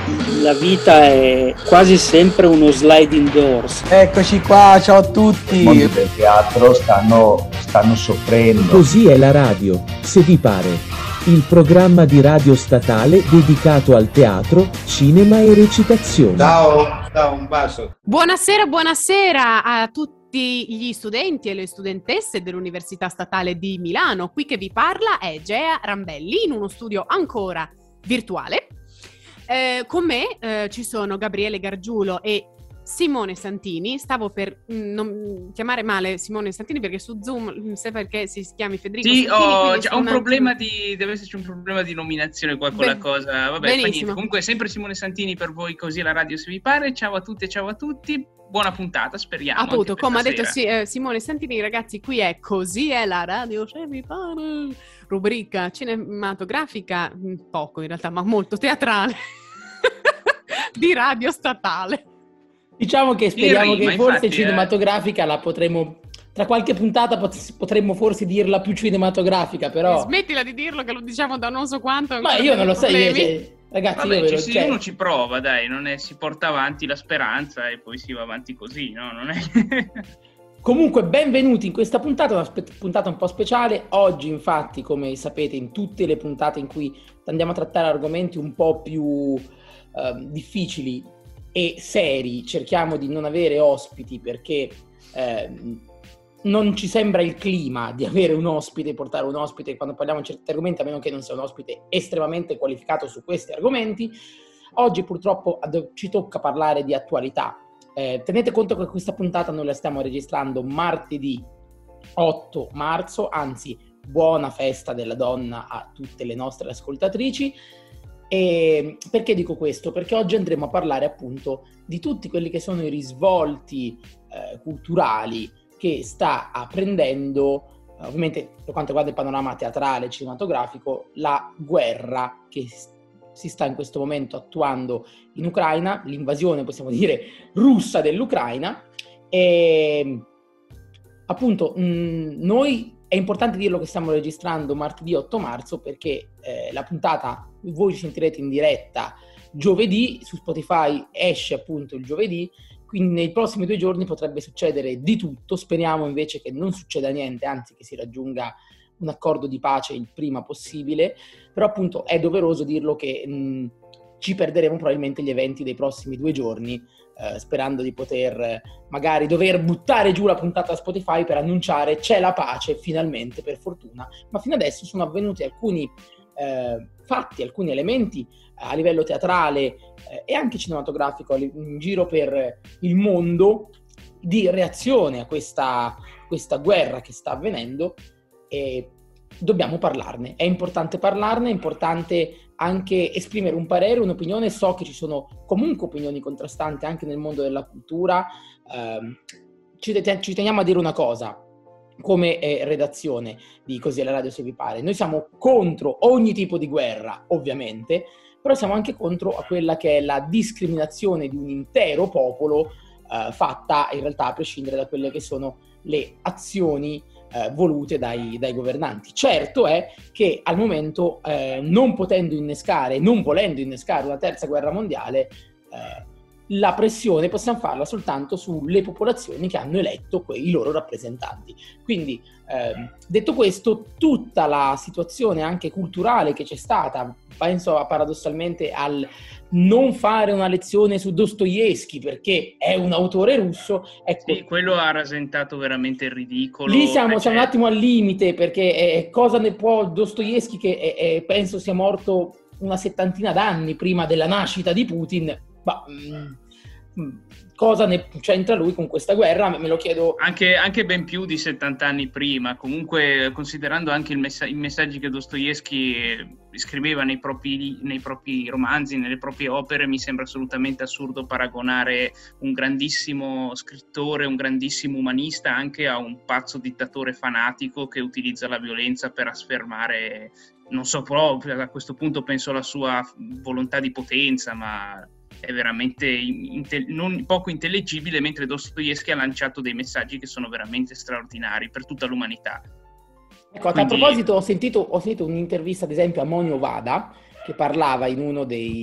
La vita è quasi sempre uno sliding doors. Eccoci qua, ciao a tutti. I mondi del teatro stanno soffrendo. Così è la radio, se vi pare. Il programma di radio statale dedicato al teatro, cinema e recitazione. Ciao, un bacio. Buonasera a tutti gli studenti e le studentesse dell'Università Statale di Milano. Qui che vi parla è Gea Rambelli in uno studio ancora virtuale. Con me ci sono Gabriele Gargiulo e Simone Santini. Stavo per non chiamare male Simone Santini perché su Zoom, non so perché si chiami Federico Sì, Santini. c'è un problema deve esserci un problema di nominazione qua con la cosa. Vabbè, fa niente. Comunque sempre Simone Santini per voi, così la radio se vi pare. Ciao a tutte e ciao a tutti. Buona puntata, speriamo. Appunto, come ha detto Simone Santini, ragazzi, qui è Così è la radio se vi pare. Rubrica cinematografica, poco in realtà, ma molto teatrale di radio statale. Diciamo che speriamo che forse cinematografica la potremo, tra qualche puntata potremmo forse dirla più cinematografica, però... Smettila di dirlo che lo diciamo da non so quanto. Ma io non lo so, ragazzi, vabbè, uno ci prova, dai, si porta avanti la speranza e poi si va avanti così, no? Non è... Comunque, benvenuti in questa puntata, una puntata un po' speciale. Oggi, infatti, come sapete, in tutte le puntate in cui andiamo a trattare argomenti un po' più difficili e seri, cerchiamo di non avere ospiti perché non ci sembra il clima di avere un ospite, portare un ospite quando parliamo di certi argomenti, a meno che non sia un ospite estremamente qualificato su questi argomenti. Oggi purtroppo ci tocca parlare di attualità. Tenete conto che questa puntata noi la stiamo registrando martedì 8 marzo, anzi buona festa della donna a tutte le nostre ascoltatrici. E perché dico questo? Perché oggi andremo a parlare appunto di tutti quelli che sono i risvolti culturali che sta apprendendo, ovviamente per quanto riguarda il panorama teatrale e cinematografico, la guerra che si sta in questo momento attuando in Ucraina, l'invasione, possiamo dire, russa dell'Ucraina. E appunto noi è importante dirlo che stiamo registrando martedì 8 marzo perché la puntata voi ci sentirete in diretta giovedì, su Spotify esce appunto il giovedì, quindi nei prossimi 2 giorni potrebbe succedere di tutto. Speriamo invece che non succeda niente, anzi che si raggiunga un accordo di pace il prima possibile, però appunto è doveroso dirlo che ci perderemo probabilmente gli eventi dei prossimi 2 giorni, sperando di poter magari dover buttare giù la puntata Spotify per annunciare c'è la pace finalmente, per fortuna, ma fino adesso sono avvenuti alcuni fatti, alcuni elementi a livello teatrale e anche cinematografico in giro per il mondo di reazione a questa guerra che sta avvenendo. E dobbiamo parlarne, è importante parlarne, è importante anche esprimere un parere, un'opinione. So che ci sono comunque opinioni contrastanti anche nel mondo della cultura. Ci teniamo a dire una cosa, come redazione di Così è la radio se vi pare: noi siamo contro ogni tipo di guerra, ovviamente, però siamo anche contro a quella che è la discriminazione di un intero popolo, fatta in realtà a prescindere da quelle che sono le azioni volute dai governanti. Certo è che al momento non volendo innescare una terza guerra mondiale, la pressione possiamo farla soltanto sulle popolazioni che hanno eletto i loro rappresentanti. Quindi detto questo, tutta la situazione anche culturale che c'è stata, penso paradossalmente al non fare una lezione su Dostoevskij perché è un autore russo, ecco, sì, quello ha rasentato veramente il ridicolo. Lì siamo un attimo al limite, perché cosa ne può Dostoevskij, che penso sia morto una 70 d'anni prima della nascita di Putin, ma cosa ne c'entra lui con questa guerra? Me lo chiedo. Anche ben più di 70 anni prima. Comunque, considerando anche i messaggi che Dostoevskij scriveva nei propri romanzi, nelle proprie opere, mi sembra assolutamente assurdo paragonare un grandissimo scrittore, un grandissimo umanista anche a un pazzo dittatore fanatico che utilizza la violenza per affermare, non so, proprio a questo punto penso alla sua volontà di potenza, ma è veramente poco intellegibile, mentre Dostoevskij ha lanciato dei messaggi che sono veramente straordinari per tutta l'umanità. Ecco, a proposito, ho sentito un'intervista ad esempio a Monio Vada, che parlava in uno dei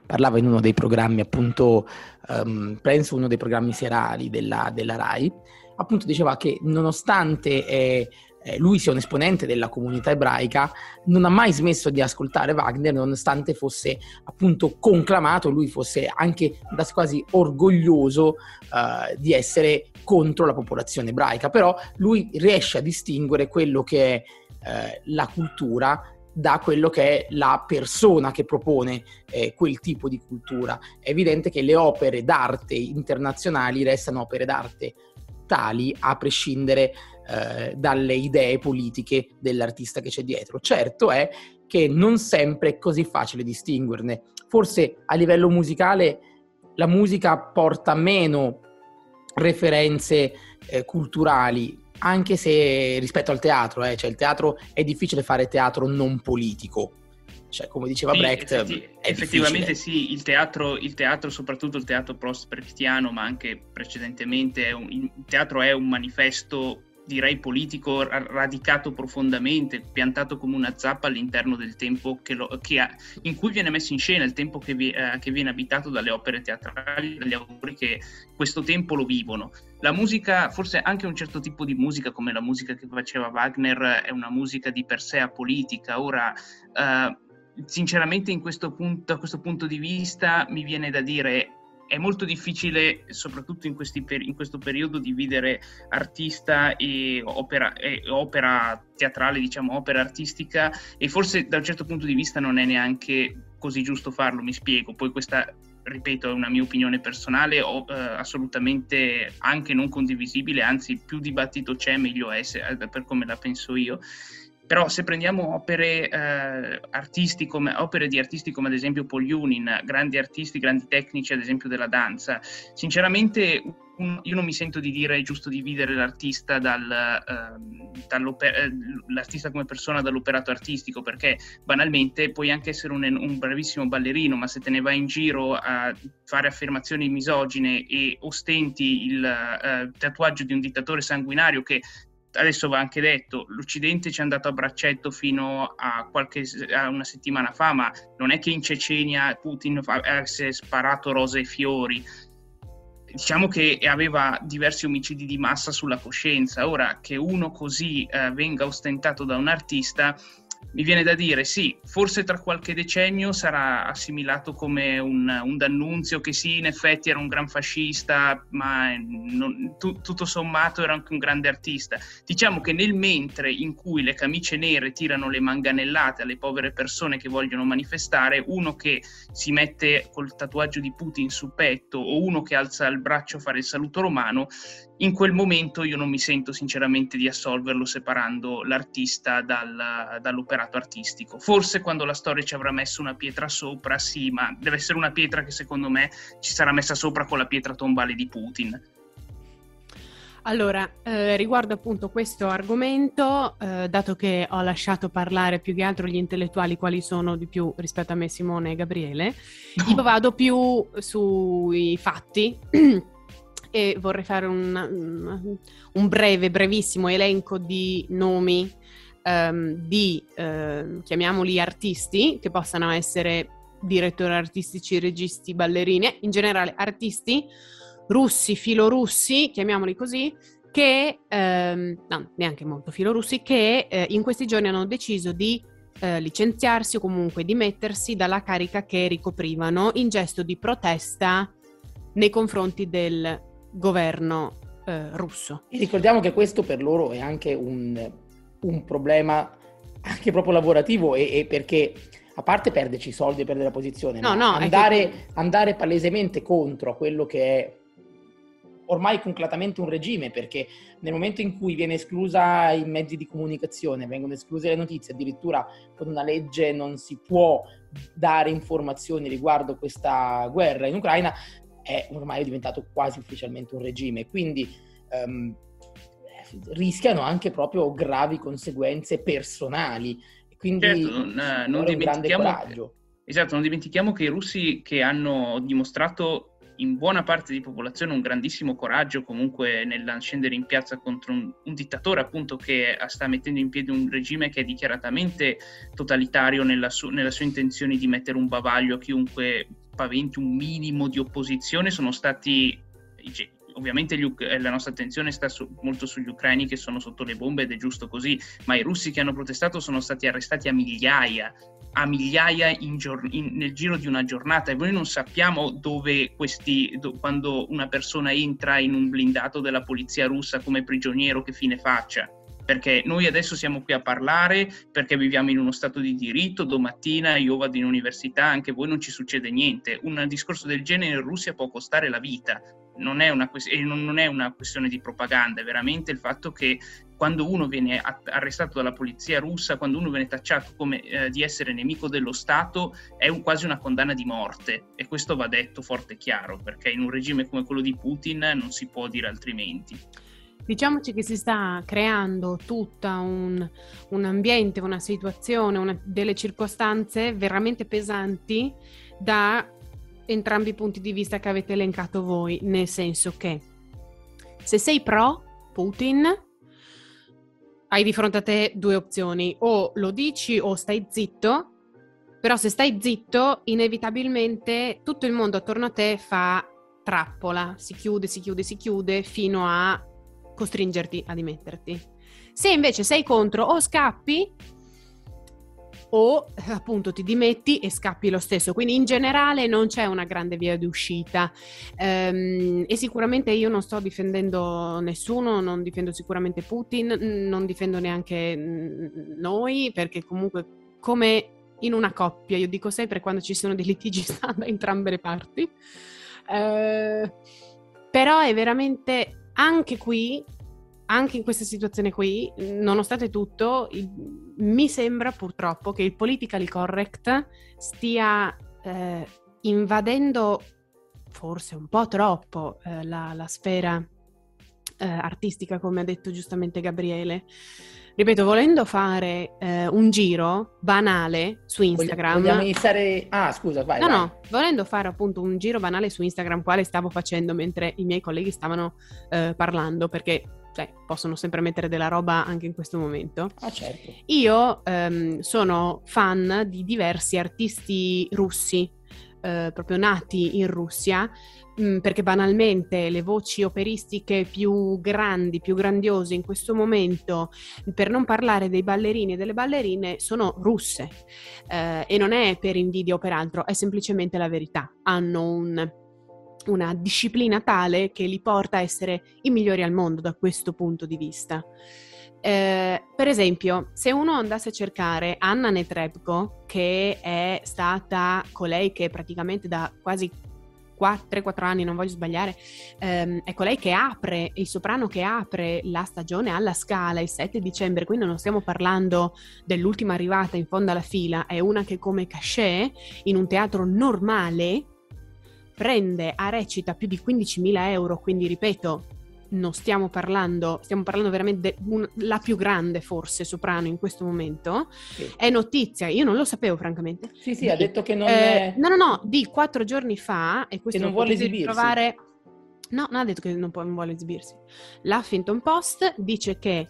parlava in uno dei programmi, appunto, penso uno dei programmi serali della Rai, appunto diceva che nonostante lui sia un esponente della comunità ebraica, non ha mai smesso di ascoltare Wagner, nonostante fosse appunto conclamato, lui fosse anche quasi orgoglioso di essere contro la popolazione ebraica, però lui riesce a distinguere quello che è la cultura da quello che è la persona che propone quel tipo di cultura. È evidente che le opere d'arte internazionali restano opere d'arte tali a prescindere dalle idee politiche dell'artista che c'è dietro. Certo è che non sempre è così facile distinguerne. Forse a livello musicale la musica porta meno referenze culturali, anche se rispetto al teatro, cioè il teatro è difficile fare teatro non politico. Cioè, come diceva Brecht, effettivamente sì, il teatro, soprattutto il teatro post-brechtiano, ma anche precedentemente, il teatro è un manifesto, direi, politico radicato profondamente, piantato come una zappa all'interno del tempo in cui viene messo in scena, il tempo che viene abitato dalle opere teatrali, dagli autori che questo tempo lo vivono. La musica, forse anche un certo tipo di musica, come la musica che faceva Wagner, è una musica di per sé apolitica. Ora, sinceramente, a questo punto di vista mi viene da dire: è molto difficile, soprattutto in questo periodo, dividere artista e opera teatrale, diciamo, opera artistica, e forse da un certo punto di vista non è neanche così giusto farlo, mi spiego. Poi questa, ripeto, è una mia opinione personale, assolutamente anche non condivisibile, anzi più dibattito c'è meglio è, per come la penso io. Però se prendiamo opere di artisti come ad esempio Paul Junin, grandi artisti, grandi tecnici ad esempio della danza, sinceramente io non mi sento di dire è giusto dividere l'artista l'artista come persona dall'operato artistico, perché banalmente puoi anche essere un bravissimo ballerino, ma se te ne vai in giro a fare affermazioni misogine e ostenti il tatuaggio di un dittatore sanguinario, che adesso va anche detto, l'Occidente ci è andato a braccetto fino a una settimana fa, ma non è che in Cecenia Putin si è sparato rose e fiori. Diciamo che aveva diversi omicidi di massa sulla coscienza. Ora, che uno così venga ostentato da un artista, mi viene da dire sì, forse tra qualche decennio sarà assimilato come un D'Annunzio, che sì, in effetti era un gran fascista, ma tutto sommato era anche un grande artista. Diciamo che nel mentre in cui le camicie nere tirano le manganellate alle povere persone che vogliono manifestare, uno che si mette col tatuaggio di Putin sul petto o uno che alza il braccio a fare il saluto romano, in quel momento io non mi sento sinceramente di assolverlo separando l'artista dall'operato artistico. Forse quando la storia ci avrà messo una pietra sopra, sì, ma deve essere una pietra che secondo me ci sarà messa sopra con la pietra tombale di Putin. Allora, riguardo appunto questo argomento, dato che ho lasciato parlare più che altro gli intellettuali, quali sono di più rispetto a me, Simone e Gabriele, io vado più sui fatti e vorrei fare un brevissimo elenco di nomi chiamiamoli artisti, che possano essere direttori artistici, registi, ballerini, in generale artisti russi, filorussi, chiamiamoli così, che no, neanche molto filorussi, che in questi giorni hanno deciso di licenziarsi o comunque dimettersi dalla carica che ricoprivano in gesto di protesta nei confronti del governo russo. E ricordiamo che questo per loro è anche un problema anche proprio lavorativo, e perché a parte perderci i soldi e perdere la posizione, andare palesemente contro quello che è ormai concretamente un regime, perché nel momento in cui viene esclusa i mezzi di comunicazione, vengono escluse le notizie, addirittura con una legge non si può dare informazioni riguardo questa guerra in Ucraina, è ormai diventato quasi ufficialmente un regime, quindi rischiano anche proprio gravi conseguenze personali, quindi certo, non un grande coraggio. Esatto, non dimentichiamo che i russi, che hanno dimostrato in buona parte di popolazione un grandissimo coraggio comunque nel scendere in piazza contro un dittatore, appunto, che sta mettendo in piedi un regime che è dichiaratamente totalitario nella sua intenzione di mettere un bavaglio a chiunque spaventi un minimo di opposizione sono stati, ovviamente la nostra attenzione sta molto sugli ucraini che sono sotto le bombe, ed è giusto così, ma i russi che hanno protestato sono stati arrestati a migliaia nel giro di una giornata, e noi non sappiamo dove quando una persona entra in un blindato della polizia russa come prigioniero che fine faccia, perché noi adesso siamo qui a parlare perché viviamo in uno stato di diritto, domattina io vado in università, anche voi, non ci succede niente. Un discorso del genere in Russia può costare la vita, non è una questione di propaganda, è veramente il fatto che quando uno viene arrestato dalla polizia russa, quando uno viene tacciato come di essere nemico dello Stato, è quasi una condanna di morte, e questo va detto forte e chiaro, perché in un regime come quello di Putin non si può dire altrimenti. Diciamoci che si sta creando tutta un ambiente, una situazione, delle circostanze veramente pesanti da entrambi i punti di vista che avete elencato voi, nel senso che se sei pro Putin hai di fronte a te due opzioni: o lo dici o stai zitto, però se stai zitto inevitabilmente tutto il mondo attorno a te fa trappola, si chiude fino a costringerti a dimetterti. Se invece sei contro, o scappi o appunto ti dimetti e scappi lo stesso. Quindi in generale non c'è una grande via d'uscita, e sicuramente io non sto difendendo nessuno, non difendo sicuramente Putin, non difendo neanche noi, perché comunque come in una coppia, io dico sempre, quando ci sono dei litigi sta da entrambe le parti, però è veramente anche qui, anche in questa situazione qui, nonostante tutto, mi sembra purtroppo che il politically correct stia invadendo forse un po' troppo la sfera artistica, come ha detto giustamente Gabriele. Ripeto, volendo fare un giro banale su Instagram... Vogliamo iniziare... Ah, scusa, vai. No, volendo fare appunto un giro banale su Instagram, quale stavo facendo mentre i miei colleghi stavano parlando, perché possono sempre mettere della roba anche in questo momento. Ah, certo. Io sono fan di diversi artisti russi, proprio nati in Russia, perché banalmente le voci operistiche più grandi, più grandiose in questo momento, per non parlare dei ballerini e delle ballerine, sono russe, e non è per invidia o per altro, è semplicemente la verità. Hanno una disciplina tale che li porta a essere i migliori al mondo da questo punto di vista. Per esempio, se uno andasse a cercare Anna Netrebko, che è stata colei che praticamente da quasi 3-4 anni, non voglio sbagliare, è colei che apre, il soprano che apre la stagione alla Scala il 7 dicembre, quindi non stiamo parlando dell'ultima arrivata in fondo alla fila, è una che come cachet in un teatro normale prende a recita più di 15.000 euro, quindi ripeto, non stiamo parlando veramente la più grande forse soprano in questo momento. Sì. È notizia, io non lo sapevo francamente. Sì, ha detto che non No, di 4 giorni fa, e questo che non vuole esibirsi. Trovare... No, non ha detto che non vuole esibirsi. L'Huffington Post dice che,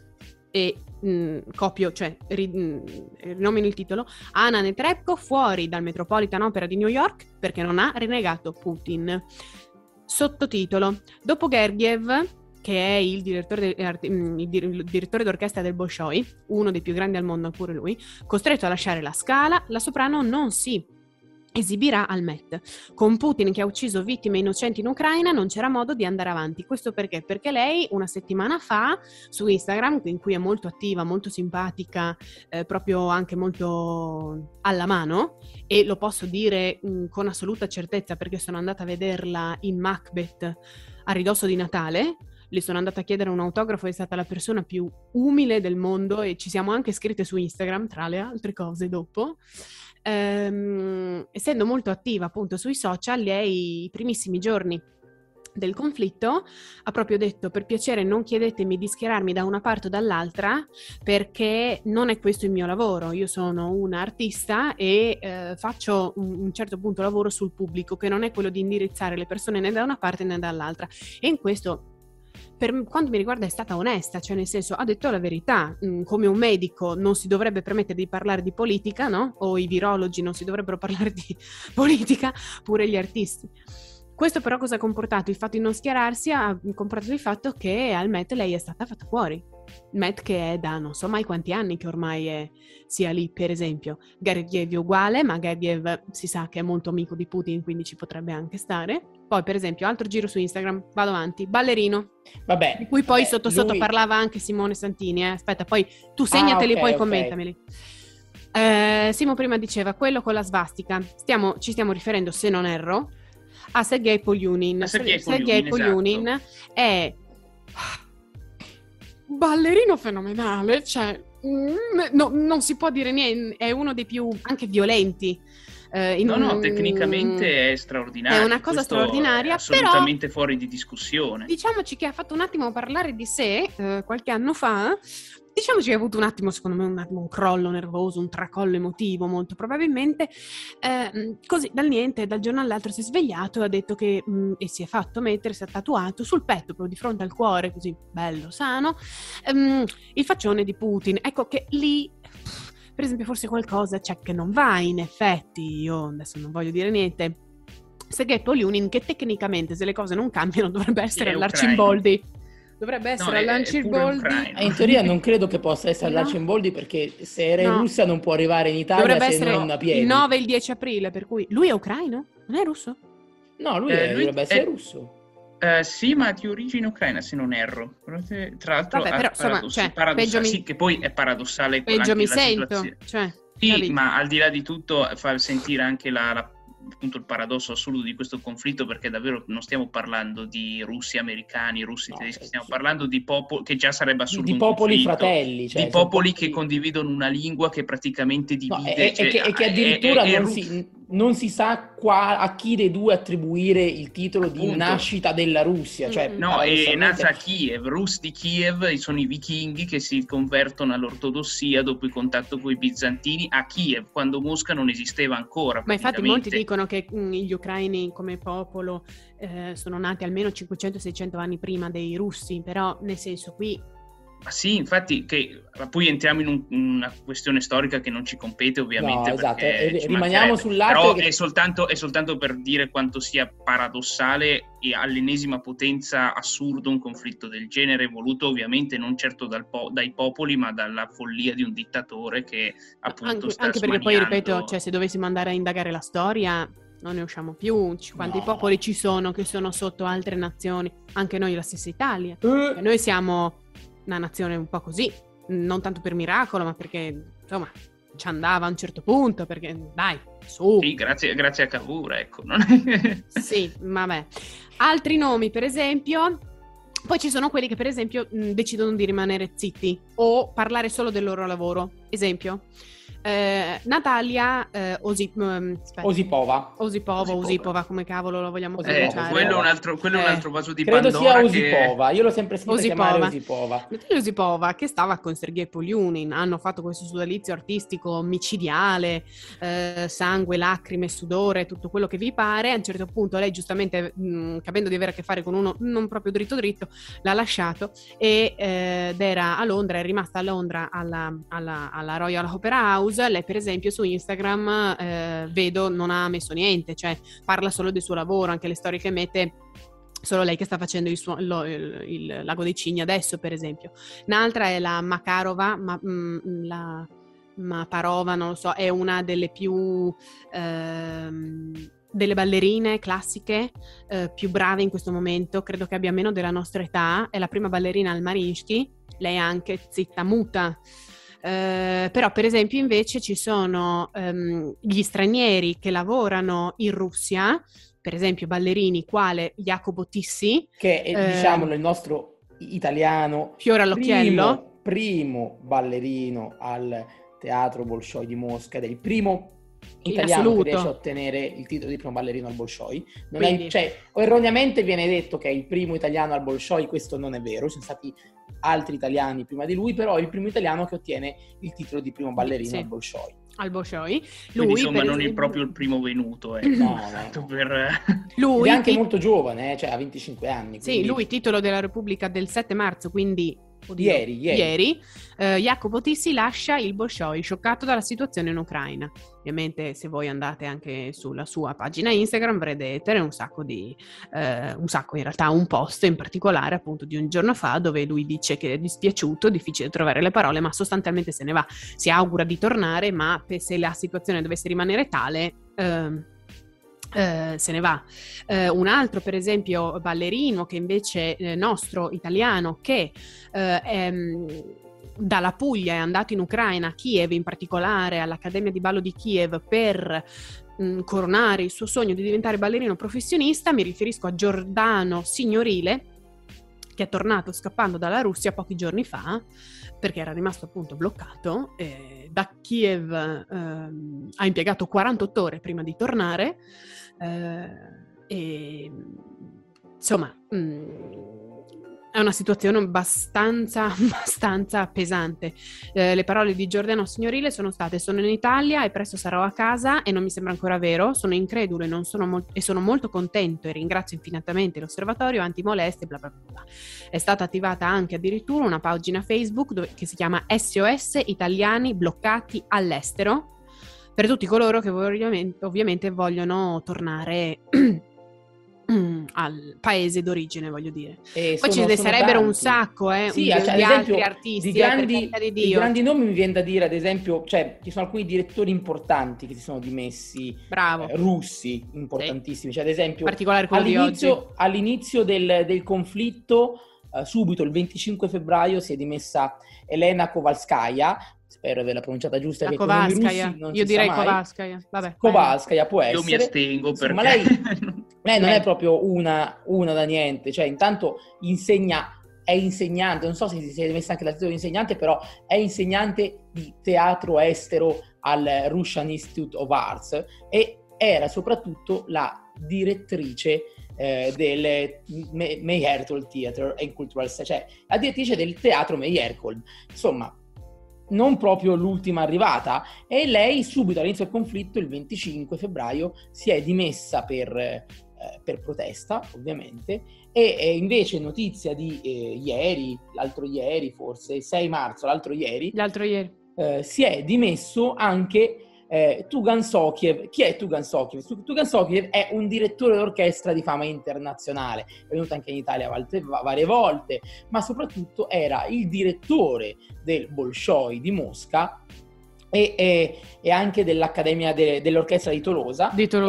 copio, cioè rinomino il titolo: Anna Netrebko fuori dal Metropolitan Opera di New York perché non ha rinnegato Putin. Sottotitolo: dopo Gergiev, che è il direttore d'orchestra del Bolshoi, uno dei più grandi al mondo pure lui, costretto a lasciare la Scala, la soprano non si esibirà al Met. Con Putin che ha ucciso vittime innocenti in Ucraina non c'era modo di andare avanti. Questo perché? Perché lei una settimana fa su Instagram, in cui è molto attiva, molto simpatica, proprio anche molto alla mano, e lo posso dire con assoluta certezza perché sono andata a vederla in Macbeth a ridosso di Natale. Le sono andata a chiedere un autografo, è stata la persona più umile del mondo e ci siamo anche scritte su Instagram, tra le altre cose dopo. Essendo molto attiva appunto sui social, lei i primissimi giorni del conflitto ha proprio detto: per piacere non chiedetemi di schierarmi da una parte o dall'altra, perché non è questo il mio lavoro. Io sono un artista e faccio un certo punto lavoro sul pubblico, che non è quello di indirizzare le persone né da una parte né dall'altra, e in questo per quanto mi riguarda è stata onesta, cioè nel senso ha detto la verità. Come un medico non si dovrebbe permettere di parlare di politica, no? O i virologi non si dovrebbero parlare di politica, pure gli artisti. Questo però cosa ha comportato? Il fatto di non schierarsi ha comportato il fatto che al Met lei è stata fatta fuori. Met che è da non so mai quanti anni che ormai sia lì, per esempio. Gergiev è uguale, ma Gergiev si sa che è molto amico di Putin, quindi ci potrebbe anche stare. Poi, per esempio, altro giro su Instagram, vado avanti, ballerino. Vabbè. Di cui poi sotto parlava anche Simone Santini, Aspetta, poi tu segnateli, poi commentameli. Simo prima diceva, quello con la svastica. Ci stiamo riferendo, se non erro, a Sergei Polyunin. Sergei Polyunin, esatto. È ballerino fenomenale, cioè non si può dire niente, è uno dei più anche violenti. Tecnicamente è straordinario. È una cosa straordinaria, è assolutamente però, fuori di discussione. Diciamoci che ha fatto un attimo parlare di sé qualche anno fa. Diciamoci che ha avuto un attimo, secondo me, un crollo nervoso, un tracollo emotivo, molto probabilmente. Così, dal niente, dal giorno all'altro si è svegliato e ha detto che e si è fatto mettere, si è tatuato sul petto, proprio di fronte al cuore, così bello, sano, il faccione di Putin. Ecco che lì, per esempio, forse qualcosa c'è che non va, in effetti. Io adesso non voglio dire niente. Sergei Polyunin, che tecnicamente, se le cose non cambiano, dovrebbe essere all'Arcimboldi. Dovrebbe essere all'Arcimboldi. In teoria non credo che possa essere all'Arcimboldi, perché se era in Russia non può arrivare in Italia. Dovrebbe se essere non a piedi. Il 9 e il 10 aprile, per cui lui è ucraino? Non è russo? No, lui dovrebbe essere russo. Sì, ma di origine ucraina, se non erro. Tra l'altro, vabbè, però, insomma, sì, che poi è paradossale. Peggio mi sento. Sì, ma al di là di tutto fa sentire anche appunto il paradosso assurdo di questo conflitto, perché davvero non stiamo parlando di russi americani, russi tedeschi, stiamo parlando di popoli, che già sarebbe assurdo, di popoli fratelli, di popoli che condividono una lingua che praticamente divide, e che addirittura non si sa a chi dei due attribuire il titolo di nascita della Russia, cioè è nata a Kiev. Rus di Kiev sono i vichinghi che si convertono all'ortodossia dopo il contatto con i bizantini a Kiev, quando Mosca non esisteva ancora. Ma infatti molti dicono che gli ucraini come popolo sono nati almeno 500-600 anni prima dei russi, però nel senso qui... Ma sì, infatti, che poi entriamo in una questione storica che non ci compete, ovviamente. No, esatto, rimaniamo sull'arte. Però è soltanto per dire quanto sia paradossale e all'ennesima potenza assurdo un conflitto del genere, voluto ovviamente non certo dai popoli, ma dalla follia di un dittatore che appunto anche perché poi, ripeto, cioè, se dovessimo andare a indagare la storia... non ne usciamo più, quanti popoli ci sono che sono sotto altre nazioni, anche noi la stessa Italia. Noi siamo una nazione un po' così, non tanto per miracolo, ma perché insomma ci andava a un certo punto, perché dai, su. Sì, grazie a Cavour, ecco. Sì, vabbè. Altri nomi, per esempio, poi ci sono quelli che per esempio decidono di rimanere zitti o parlare solo del loro lavoro. Esempio, Natalia Osipova, come cavolo lo vogliamo pronunciare? Quello è un altro vaso di Credo Pandora. Credo sia Osipova, io l'ho sempre sentita chiamare Osipova. Natalia Osipova, che stava con Sergei Polyunin, hanno fatto questo sodalizio artistico micidiale, sangue, lacrime, sudore, tutto quello che vi pare. A un certo punto lei, giustamente, capendo di avere a che fare con uno non proprio dritto, l'ha lasciato ed era a Londra, è rimasta a Londra alla Royal Opera House. Lei per esempio su Instagram vedo non ha messo niente, cioè parla solo del suo lavoro, anche le storie che mette solo lei che sta facendo il Lago dei Cigni adesso, per esempio. Un'altra è la Makarova, la Maparova, non lo so, è una delle più delle ballerine classiche più brave in questo momento, credo che abbia meno della nostra età, è la prima ballerina al Mariinsky, lei è anche zitta muta. Però per esempio invece ci sono gli stranieri che lavorano in Russia, per esempio ballerini quale Jacopo Tissi, che è diciamolo il nostro italiano fiore all'occhiello, primo ballerino al Teatro Bolshoi di Mosca ed è il primo italiano che riesce a ottenere il titolo di primo ballerino al Bolshoi. Erroneamente viene detto che è il primo italiano al Bolshoi, questo non è vero, ci sono stati altri italiani prima di lui, però è il primo italiano che ottiene il titolo di primo ballerino al Bolshoi. al Bolshoi. Quindi insomma non è proprio il primo venuto, No. Lui è anche molto giovane, cioè ha 25 anni. Quindi... Sì, lui titolo della Repubblica del 7 marzo, quindi ieri. Jacopo Tissi lascia il Bolshoi scioccato dalla situazione in Ucraina. Ovviamente se voi andate anche sulla sua pagina Instagram vedete un sacco in realtà un post in particolare appunto di un giorno fa dove lui dice che è dispiaciuto, difficile trovare le parole, ma sostanzialmente se ne va, si augura di tornare, ma se la situazione dovesse rimanere tale se ne va. Un altro per esempio ballerino che invece nostro italiano che dalla Puglia è andato in Ucraina, a Kiev in particolare, all'Accademia di Ballo di Kiev per coronare il suo sogno di diventare ballerino professionista. Mi riferisco a Giordano Signorile, che è tornato scappando dalla Russia pochi giorni fa perché era rimasto appunto bloccato. Da Kiev ha impiegato 48 ore prima di tornare e insomma è una situazione abbastanza pesante. Le parole di Giordano Signorile sono state: sono in Italia e presto sarò a casa e non mi sembra ancora vero, sono incredulo e sono molto contento e ringrazio infinitamente l'osservatorio antimolestie bla bla bla. È stata attivata anche addirittura una pagina Facebook che si chiama SOS Italiani bloccati all'estero, per tutti coloro che ovviamente vogliono tornare al paese d'origine, voglio dire. Poi ce ne sarebbero tanti. Un sacco sì, di altri artisti di grandi nomi. Mi viene da dire, ad esempio, cioè ci sono alcuni direttori importanti che si sono dimessi, russi importantissimi, sì. Cioè ad esempio particolare all'inizio del conflitto, subito il 25 febbraio si è dimessa Elena Kovalskaya, spero di averla pronunciata giusta, che Kovalskaya, io direi Kovalskaya. Vabbè, Kovalskaya può essere. Io mi astengo perché lei non è proprio una da niente, cioè intanto è insegnante, non so se si è messa anche dal titolo di insegnante, però è insegnante di teatro estero al Russian Institute of Arts e era soprattutto la direttrice del Meyerhold Theater and Cultural, cioè la direttrice del teatro Meyerhold, insomma non proprio l'ultima arrivata, e lei subito all'inizio del conflitto, il 25 febbraio, si è dimessa per protesta, ovviamente, e invece notizia di l'altro ieri forse, 6 marzo, l'altro ieri, si è dimesso anche Tugan Sokiev. Chi è Tugan Sokiev? Tugan Sokiev è un direttore d'orchestra di fama internazionale, è venuto anche in Italia varie volte, ma soprattutto era il direttore del Bolshoi di Mosca e anche dell'Accademia dell'Orchestra di Tolosa.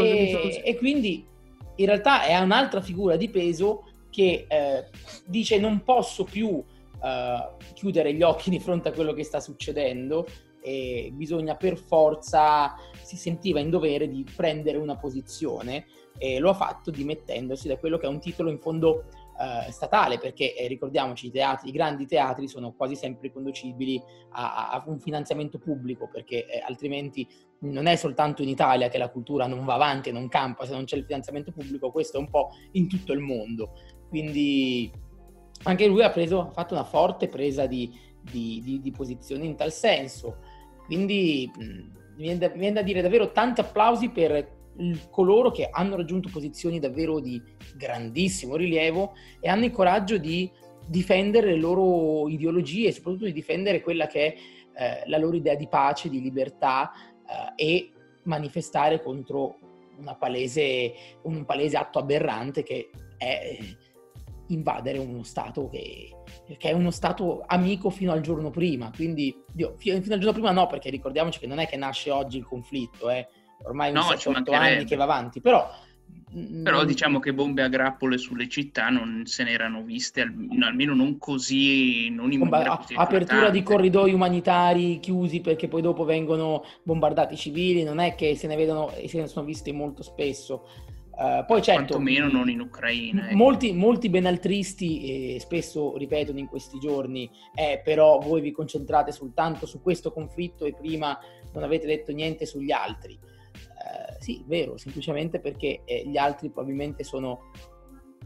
E quindi in realtà è un'altra figura di peso che dice: non posso più chiudere gli occhi di fronte a quello che sta succedendo, e bisogna per forza, si sentiva in dovere di prendere una posizione, e lo ha fatto dimettendosi da quello che è un titolo in fondo statale, perché ricordiamoci, i grandi teatri sono quasi sempre riconducibili a un finanziamento pubblico, perché altrimenti non è soltanto in Italia che la cultura non va avanti e non campa se non c'è il finanziamento pubblico, questo è un po' in tutto il mondo. Quindi anche lui ha fatto una forte presa di posizione in tal senso. Quindi mi viene da dire davvero tanti applausi per coloro che hanno raggiunto posizioni davvero di grandissimo rilievo e hanno il coraggio di difendere le loro ideologie e soprattutto di difendere quella che è la loro idea di pace, di libertà, e manifestare contro un palese atto aberrante che è invadere uno Stato che è uno Stato amico fino al giorno prima. Quindi fino al giorno prima no, perché ricordiamoci che non è che nasce oggi il conflitto, ormai 7-8 anni che va avanti, però diciamo che bombe a grappole sulle città non se ne erano viste, almeno non così, non in maniera così apertura di corridoi umanitari chiusi perché poi dopo vengono bombardati i civili, non è che se ne sono viste molto spesso. Poi certo, quantomeno non in Ucraina. Molti benaltristi spesso ripetono in questi giorni: però voi vi concentrate soltanto su questo conflitto e prima non avete detto niente sugli altri. Sì, vero, semplicemente perché gli altri probabilmente sono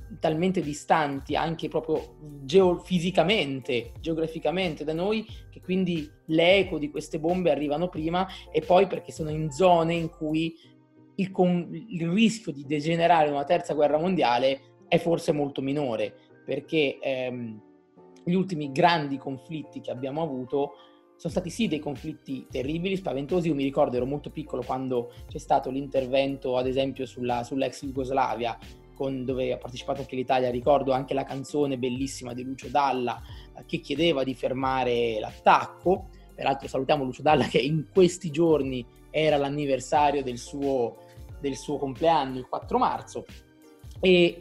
talmente distanti anche proprio geograficamente da noi, che quindi l'eco di queste bombe arrivano prima, e poi perché sono in zone in cui il rischio di degenerare in una terza guerra mondiale è forse molto minore, perché gli ultimi grandi conflitti che abbiamo avuto sono stati sì dei conflitti terribili, spaventosi. Io mi ricordo, ero molto piccolo quando c'è stato l'intervento, ad esempio, sull'ex Jugoslavia, dove ha partecipato anche l'Italia. Ricordo anche la canzone bellissima di Lucio Dalla che chiedeva di fermare l'attacco. Peraltro salutiamo Lucio Dalla, che in questi giorni era l'anniversario del suo compleanno, il 4 marzo. E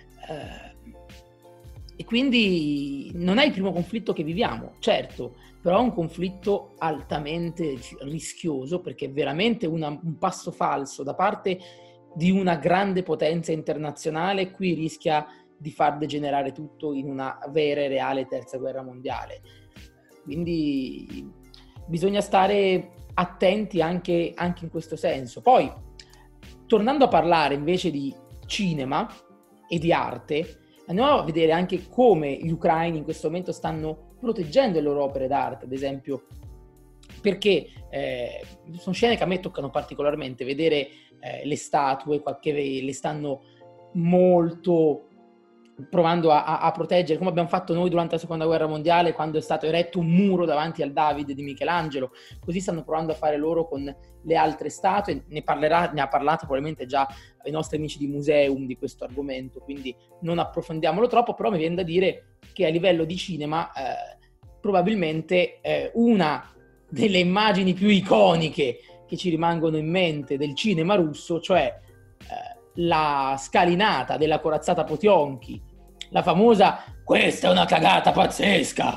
quindi non è il primo conflitto che viviamo, certo, però è un conflitto altamente rischioso, perché è veramente un passo falso da parte di una grande potenza internazionale qui rischia di far degenerare tutto in una vera e reale terza guerra mondiale. Quindi bisogna stare attenti anche in questo senso. Poi, tornando a parlare invece di cinema e di arte, andiamo a vedere anche come gli ucraini in questo momento stanno proteggendo le loro opere d'arte, ad esempio, perché sono scene che a me toccano particolarmente, vedere le statue che le stanno molto provando a proteggere, come abbiamo fatto noi durante la seconda guerra mondiale, quando è stato eretto un muro davanti al David di Michelangelo. Così stanno provando a fare loro con le altre statue. Ne ha parlato probabilmente già i nostri amici di Museum di questo argomento, quindi non approfondiamolo troppo, però mi viene da dire che a livello di cinema probabilmente una delle immagini più iconiche che ci rimangono in mente del cinema russo, cioè la scalinata della corazzata Potionki, la famosa "questa è una cagata pazzesca"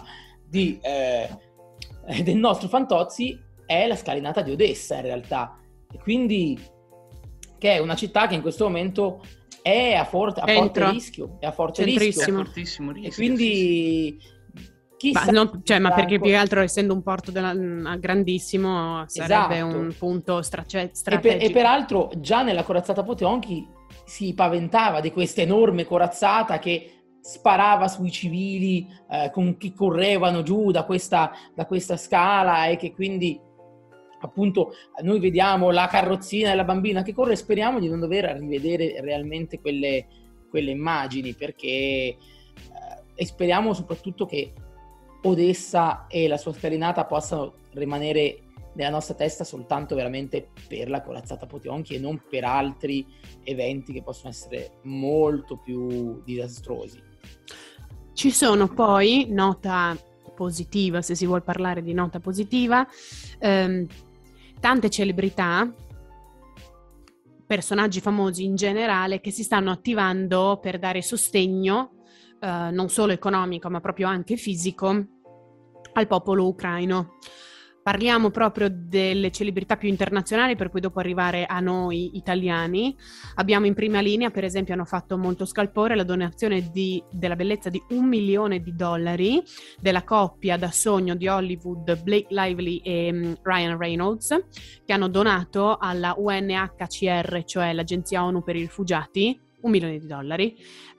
del nostro Fantozzi, è la scalinata di Odessa in realtà, e quindi che è una città che in questo momento è a forte rischio, fortissimo rischio, e quindi chissà, ma perché più che altro, essendo un porto grandissimo, sarebbe esatto, un punto strategico. E peraltro già nella corazzata Potionki si paventava di questa enorme corazzata che sparava sui civili con chi correvano giù da questa scala, e che quindi appunto noi vediamo la carrozzina della bambina che corre. Speriamo di non dover rivedere realmente quelle immagini, perché e speriamo soprattutto che Odessa e la sua scalinata possano rimanere nella nostra testa soltanto veramente per la corazzata Potionki e non per altri eventi che possono essere molto più disastrosi. Ci sono poi, nota positiva, se si vuol parlare di nota positiva, tante celebrità, personaggi famosi in generale, che si stanno attivando per dare sostegno non solo economico ma proprio anche fisico al popolo ucraino. Parliamo proprio delle celebrità più internazionali, per poi dopo arrivare a noi italiani. Abbiamo in prima linea, per esempio, hanno fatto molto scalpore la donazione della bellezza di $1 milione della coppia da sogno di Hollywood Blake Lively e Ryan Reynolds, che hanno donato alla UNHCR, cioè l'Agenzia ONU per i Rifugiati, $1 milione.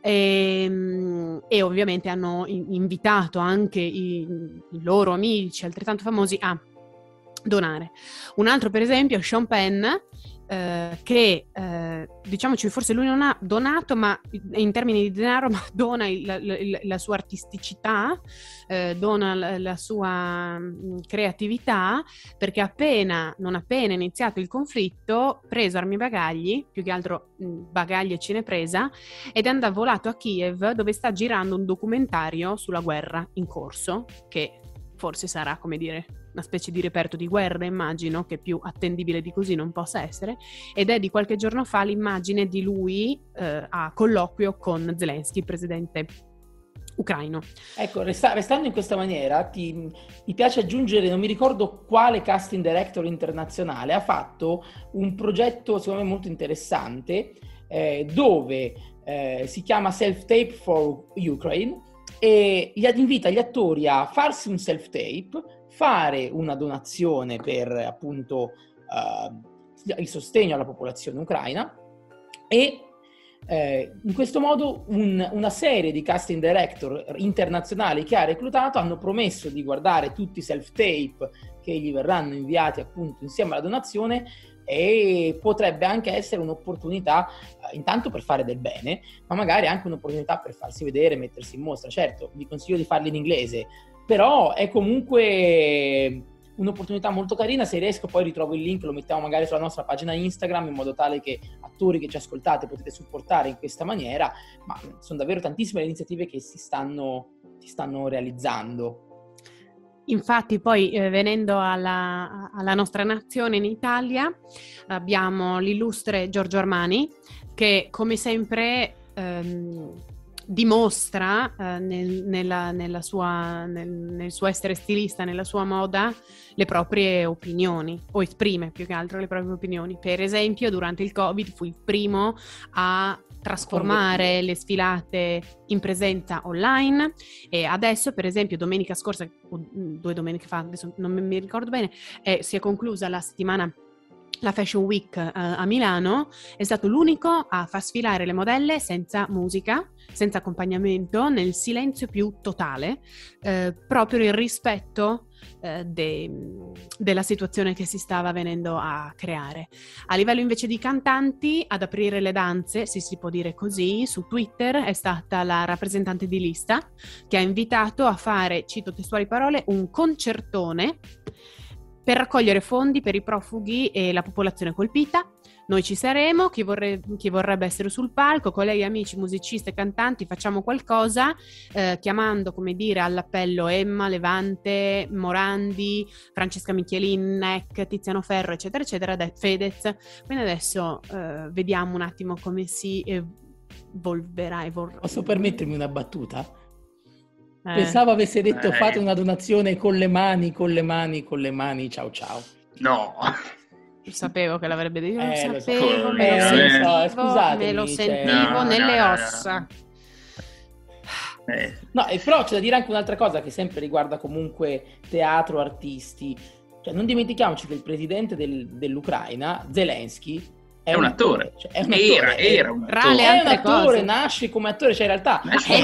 E ovviamente hanno invitato anche i loro amici altrettanto famosi a donare. Un altro, per esempio, Sean Penn, che diciamoci forse lui non ha donato ma in termini di denaro, ma dona la sua artisticità, dona la sua creatività, perché non appena iniziato il conflitto, preso armi e bagagli, più che altro bagagli e cinepresa, ed è volato a Kiev, dove sta girando un documentario sulla guerra in corso, che forse sarà, come dire, una specie di reperto di guerra, immagino, che più attendibile di così non possa essere, ed è di qualche giorno fa l'immagine di lui a colloquio con Zelensky, il presidente ucraino. Ecco, restando in questa maniera, mi piace aggiungere, non mi ricordo quale casting director internazionale ha fatto un progetto secondo me molto interessante, dove si chiama Self-Tape for Ukraine, e invita gli attori a farsi un self-tape, fare una donazione per appunto il sostegno alla popolazione ucraina, e In questo modo una serie di casting director internazionali che ha reclutato hanno promesso di guardare tutti i self-tape che gli verranno inviati appunto insieme alla donazione, e potrebbe anche essere un'opportunità intanto per fare del bene, ma magari anche un'opportunità per farsi vedere, mettersi in mostra. Certo, vi consiglio di farli in inglese, però è comunque un'opportunità molto carina. Se riesco poi ritrovo il link, lo mettiamo magari sulla nostra pagina Instagram, in modo tale che attori che ci ascoltate potete supportare in questa maniera, ma sono davvero tantissime le iniziative che si stanno realizzando. Infatti poi venendo alla nostra nazione in Italia, abbiamo l'illustre Giorgio Armani che come sempre dimostra nel suo essere stilista, nella sua moda, le proprie opinioni, o esprime più che altro le proprie opinioni. Per esempio durante il Covid fu il primo a trasformare le sfilate in presenza online, e adesso per esempio domenica scorsa o 2 domeniche fa, adesso non mi ricordo bene, si è conclusa la Fashion Week a Milano. È stato l'unico a far sfilare le modelle senza musica, senza accompagnamento, nel silenzio più totale, proprio il rispetto della situazione che si stava venendo a creare. A livello invece di cantanti, ad aprire le danze, se si può dire così, su Twitter è stata la rappresentante di Lista che ha invitato a fare, cito testuali parole, un concertone per raccogliere fondi per i profughi e la popolazione colpita. Noi ci saremo, chi vorrebbe essere sul palco, colleghi, amici, musicisti e cantanti, facciamo qualcosa, chiamando, come dire, all'appello Emma, Levante, Morandi, Francesca Michelin, Neck, Tiziano Ferro, eccetera, eccetera, Fedez. Quindi adesso vediamo un attimo come si evolverà. Posso permettermi una battuta? Pensavo avesse detto fate una donazione con le mani, ciao ciao. No. Sapevo che l'avrebbe detto, scusatemi, me lo sentivo nelle ossa. No, e però c'è da dire anche un'altra cosa che sempre riguarda comunque teatro, artisti. Cioè, non dimentichiamoci che il presidente dell'Ucraina, Zelensky, è un attore. Cioè, è un attore. Era un attore. È un attore, nasce come attore, cioè in realtà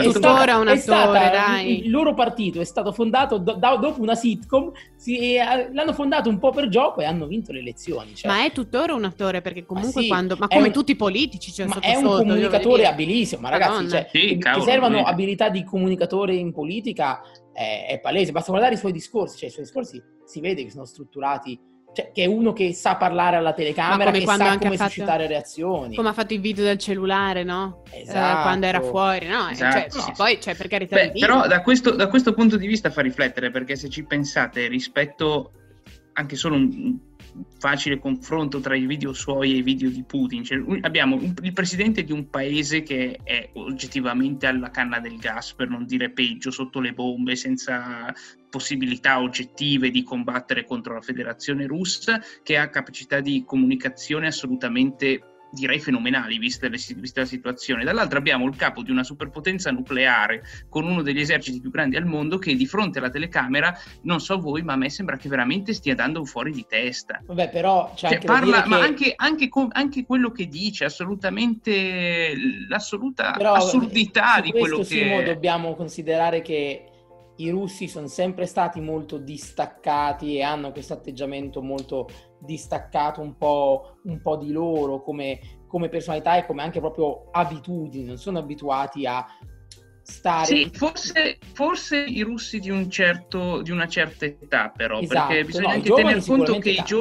dai. Il loro partito è stato fondato dopo una sitcom, l'hanno fondato un po' per gioco e hanno vinto le elezioni. Cioè. Ma è tuttora un attore, perché comunque tutti i politici, cioè, ma è un comunicatore abilissimo, ma ragazzi, Madonna. Che servono abilità di comunicatore in politica è palese, basta guardare i suoi discorsi, cioè i suoi discorsi si vede che sono strutturati. Cioè, che è uno che sa parlare alla telecamera, che sa come suscitare reazioni. Come ha fatto il video del cellulare, no? Esatto. Quando era fuori, no? Esatto. Poi, per carità di Dio. Però da questo punto di vista fa riflettere, perché se ci pensate, rispetto anche solo un facile confronto tra i video suoi e i video di Putin, cioè, abbiamo il presidente di un paese che è oggettivamente alla canna del gas, per non dire peggio, sotto le bombe, senza possibilità oggettive di combattere contro la Federazione Russa, che ha capacità di comunicazione assolutamente, direi, fenomenali vista la situazione. Dall'altro abbiamo il capo di una superpotenza nucleare con uno degli eserciti più grandi al mondo, che di fronte alla telecamera, non so voi, ma a me sembra che veramente stia dando fuori di testa. Vabbè, però c'è anche parla, ma che... anche quello che dice, assolutamente l'assoluta assurdità di quello che Simo, dobbiamo considerare che i russi sono sempre stati molto distaccati e hanno questo atteggiamento molto distaccato un po' di loro come personalità e come anche proprio abitudini, non sono abituati a stare... Sì, forse i russi di una certa età, però, esatto, perché bisogna anche tener conto che i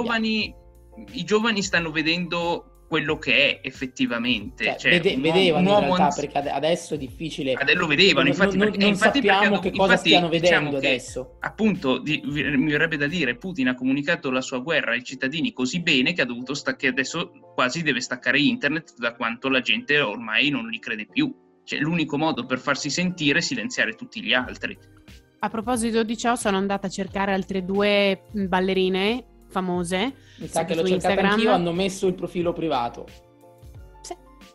giovani stanno vedendo quello che è effettivamente, vedevano in realtà, perché adesso è difficile. Adesso lo vedevano, infatti, non sappiamo che cosa stiano vedendo adesso. Appunto, mi verrebbe da dire, Putin ha comunicato la sua guerra ai cittadini così bene che ha dovuto che adesso quasi deve staccare internet, da quanto la gente ormai non li crede più. Cioè, l'unico modo per farsi sentire è silenziare tutti gli altri. A proposito di ciò, sono andata a cercare altre 2 ballerine famose. Mi sa che l'ho cercato anch'io, hanno messo il profilo privato. Sì.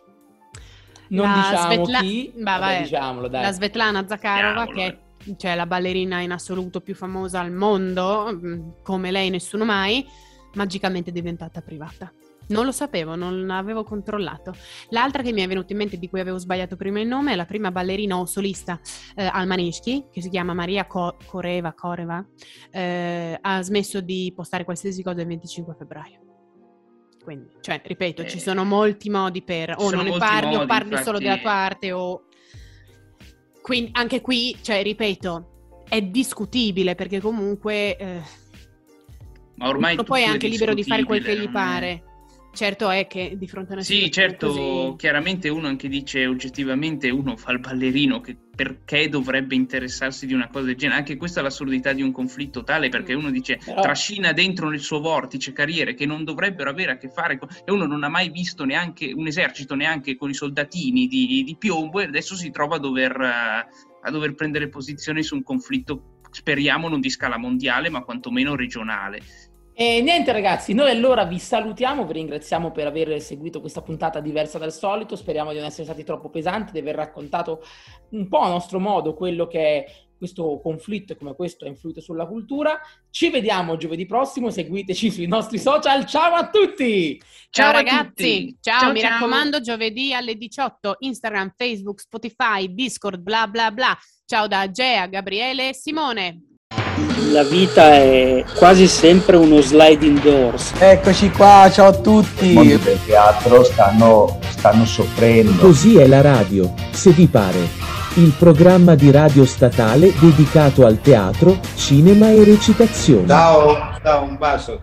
Non diciamo chi, diciamolo, dai. La Svetlana Zakharova, che è la ballerina in assoluto più famosa al mondo, come lei nessuno mai, magicamente è diventata privata. Non lo sapevo, non avevo controllato. L'altra che mi è venuta in mente, di cui avevo sbagliato prima il nome, è la prima ballerina o solista al Maneschi, che si chiama Maria Coreva, ha smesso di postare qualsiasi cosa il 25 febbraio. Quindi, cioè, ripeto, ci sono molti modi per... O non ne parli, o parli infatti... solo della tua arte, o... Quindi, anche qui, cioè, ripeto, è discutibile, perché comunque... Ma ormai poi è anche libero di fare quel che gli pare. Certo è che di fronte a una situazione certo, così... chiaramente uno anche dice oggettivamente, uno fa il ballerino, che perché dovrebbe interessarsi di una cosa del genere? Anche questa è l'assurdità di un conflitto tale, perché uno dice trascina dentro nel suo vortice carriere che non dovrebbero avere a che fare con... E uno non ha mai visto neanche un esercito, neanche con i soldatini di piombo, e adesso si trova a dover prendere posizione su un conflitto, speriamo non di scala mondiale, ma quantomeno regionale. E niente ragazzi, noi allora vi salutiamo, vi ringraziamo per aver seguito questa puntata diversa dal solito, speriamo di non essere stati troppo pesanti, di aver raccontato un po' a nostro modo quello che è questo conflitto e come questo ha influito sulla cultura. Ci vediamo giovedì prossimo, seguiteci sui nostri social, ciao a tutti! Ciao ragazzi, ciao, mi raccomando, giovedì alle 18, Instagram, Facebook, Spotify, Discord, bla bla bla. Ciao da Gea, Gabriele e Simone. La vita è quasi sempre uno sliding doors. Eccoci qua, ciao a tutti. I mondi del teatro stanno soffrendo. Così è la radio, se vi pare. Il programma di radio statale dedicato al teatro, cinema e recitazione. Ciao, un bacio.